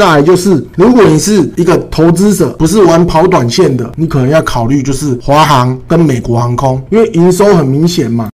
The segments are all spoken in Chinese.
再来就是，如果你是一个投资者，不是玩跑短线的，你可能要考虑就是华航跟美国航空，因为营收很明显嘛。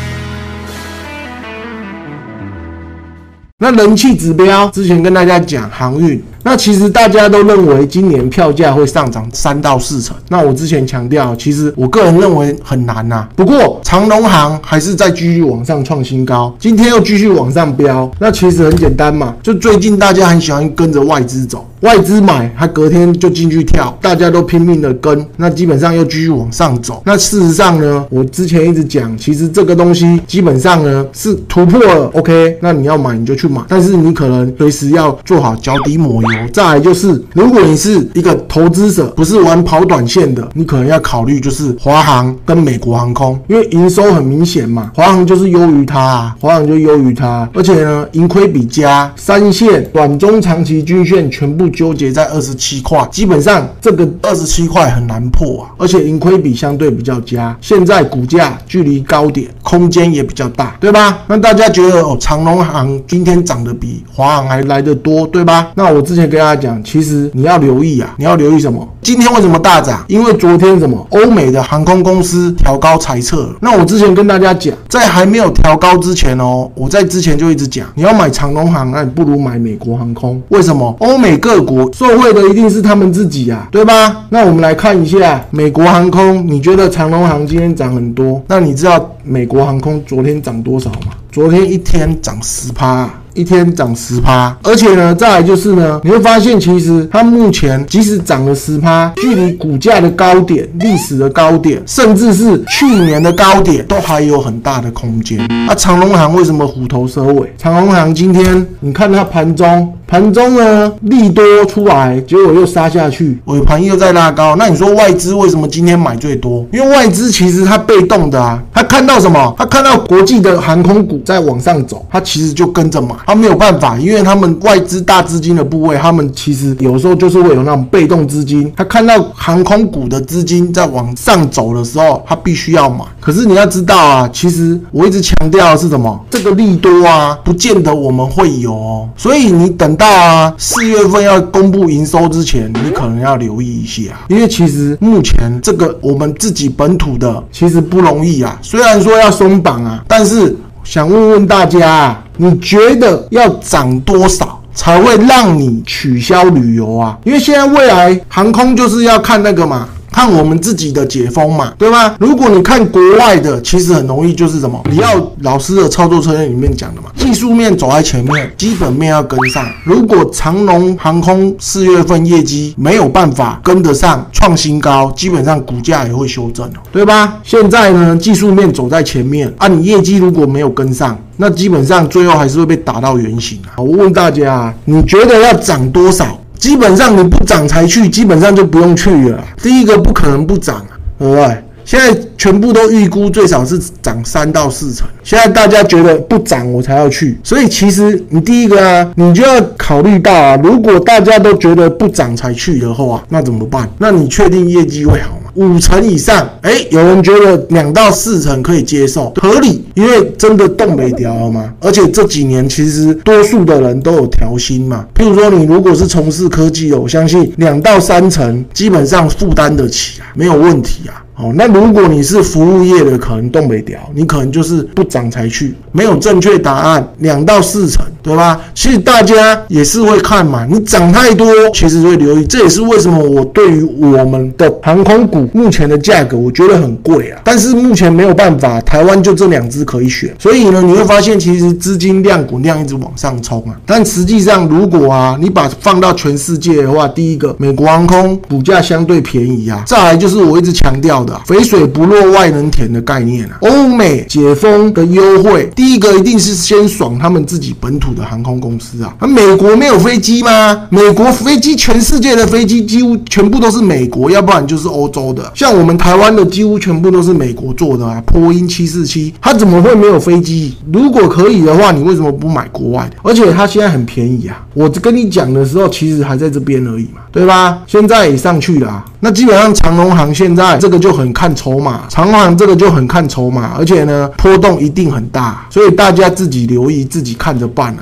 那人气指标之前跟大家讲航运，那其实大家都认为今年票价会上涨3到4成。那我之前强调，其实我个人认为很难呐。不过长荣航还是在继续往上创新高，今天又继续往上飙。那其实很简单嘛，就最近大家很喜欢跟着外资走，外资买，它隔天就进去跳，大家都拼命的跟，那基本上又继续往上走。那事实上呢，我之前一直讲，其实这个东西基本上呢是突破了 ，OK， 那你要买你就去买，但是你可能随时要做好脚底抹油。再来就是，如果你是一个投资者，不是玩跑短线的，你可能要考虑就是华航跟美国航空，因为营收很明显嘛，华航就是优于它啊，华航就优于它，而且呢，盈亏比佳，3线短中长期均线全部纠结在27块，基本上这个27块很难破啊，而且盈亏比相对比较佳，现在股价距离高点空间也比较大，对吧？那大家觉得哦，长荣航今天涨得比华航还来得多，对吧？那我之前跟大家讲，其实你要留意啊，你要留意什么？今天为什么大涨？因为昨天什么？欧美的航空公司调高财测了。那我之前跟大家讲，在还没有调高之前哦，我在之前就一直讲，你要买长荣航，那你不如买美国航空。为什么？欧美各国受惠的一定是他们自己啊，对吧？那我们来看一下美国航空，你觉得长荣航今天涨很多？那你知道美国航空昨天涨多少吗？昨天一天涨10%。一天涨10%，而且呢，再来就是呢，你会发现其实它目前即使涨了10%，距离股价的高点、历史的高点，甚至是去年的高点，都还有很大的空间。那长荣航为什么虎头蛇尾？长荣航今天你看它盘中呢利多出来，结果又杀下去，尾盘又在拉高。那你说外资为什么今天买最多？因为外资其实它被动的啊，它看到什么？它看到国际的航空股在往上走，它其实就跟着买。他没有办法，因为他们外资大资金的部位，他们其实有时候就是会有那种被动资金，他看到航空股的资金在往上走的时候，他必须要买。可是你要知道啊，其实我一直强调的是什么？这个利多啊，不见得我们会有哦。所以你等到啊4月份要公布营收之前，你可能要留意一下，因为其实目前这个我们自己本土的其实不容易啊。虽然说要松绑啊，但是想问问大家啊，你觉得要涨多少才会让你取消旅游啊？因为现在未来航空就是要看那个嘛，看我们自己的解封嘛，对吧？如果你看国外的，其实很容易就是什么，你要老师的操作策略里面讲的嘛，技术面走在前面，基本面要跟上。如果长荣航空4月份业绩没有办法跟得上创新高，基本上股价也会修正哦，对吧？现在呢，技术面走在前面啊，你业绩如果没有跟上，那基本上最后还是会被打到原形啊。我问大家啊，你觉得要涨多少？基本上你不涨才去，基本上就不用去了。第一个不可能不涨啊，对不对？现在全部都预估最少是涨3到4成，现在大家觉得不涨我才要去，所以其实你第一个啊，你就要考虑到啊，如果大家都觉得不涨才去的话，那怎么办？那你确定业绩会好吗？5成以上，有人觉得2到4成可以接受，合理，因为真的动没掉了嘛。而且这几年其实多数的人都有调薪嘛，譬如说你如果是从事科技的，我相信2到3成基本上负担得起啊，没有问题啊。那如果你是服务业的，可能动不了，你可能就是不涨才去，没有正确答案，2到4成，对吧？其实大家也是会看嘛，你涨太多，其实会留意，这也是为什么我对于我们的航空股目前的价格，我觉得很贵啊，但是目前没有办法，台湾就这2只可以选，所以呢，你会发现其实资金量滚量一直往上冲啊，但实际上如果啊，你把放到全世界的话，第一个，美国航空股价相对便宜啊，再来就是我一直强调的肥水不落外人田的概念啊，欧美解封的优惠，第一个一定是先爽他们自己本土的航空公司啊。美国没有飞机吗？美国飞机，全世界的飞机几乎全部都是美国，要不然就是欧洲的。像我们台湾的几乎全部都是美国做的啊，波音747，它怎么会没有飞机？如果可以的话，你为什么不买国外的？而且它现在很便宜啊，我跟你讲的时候，其实还在这边而已嘛，对吧？现在也上去了啊。那基本上长荣航现在这个就很看筹码，长荣航这个就很看筹码，而且呢波动一定很大，所以大家自己留意，自己看着办啊。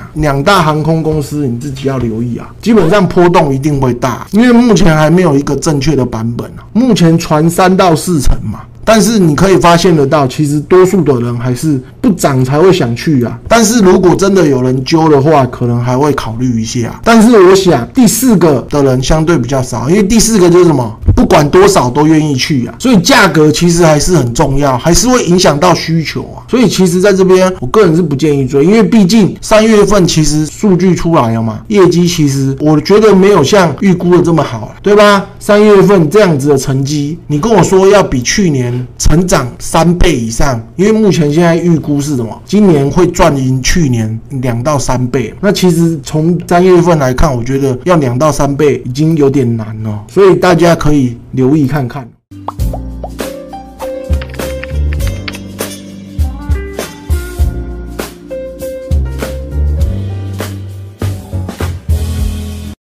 啊，两大航空公司你自己要留意啊，基本上波动一定会大，因为目前还没有一个正确的版本啊，目前传3到4成嘛。但是你可以发现得到，其实多数的人还是不涨才会想去啊。但是如果真的有人揪的话，可能还会考虑一下。但是我想第4个的人相对比较少，因为第4个就是什么，不管多少都愿意去啊。所以价格其实还是很重要，还是会影响到需求啊。所以其实在这边，我个人是不建议追，因为毕竟3月份其实数据出来了嘛，业绩其实我觉得没有像预估的这么好，对吧？3月份这样子的成绩，你跟我说要比去年成长3倍以上，因为目前现在预估是什么？今年会赚赢去年2到3倍。那其实从3月份来看，我觉得要2到3倍已经有点难了，所以大家可以留意看看。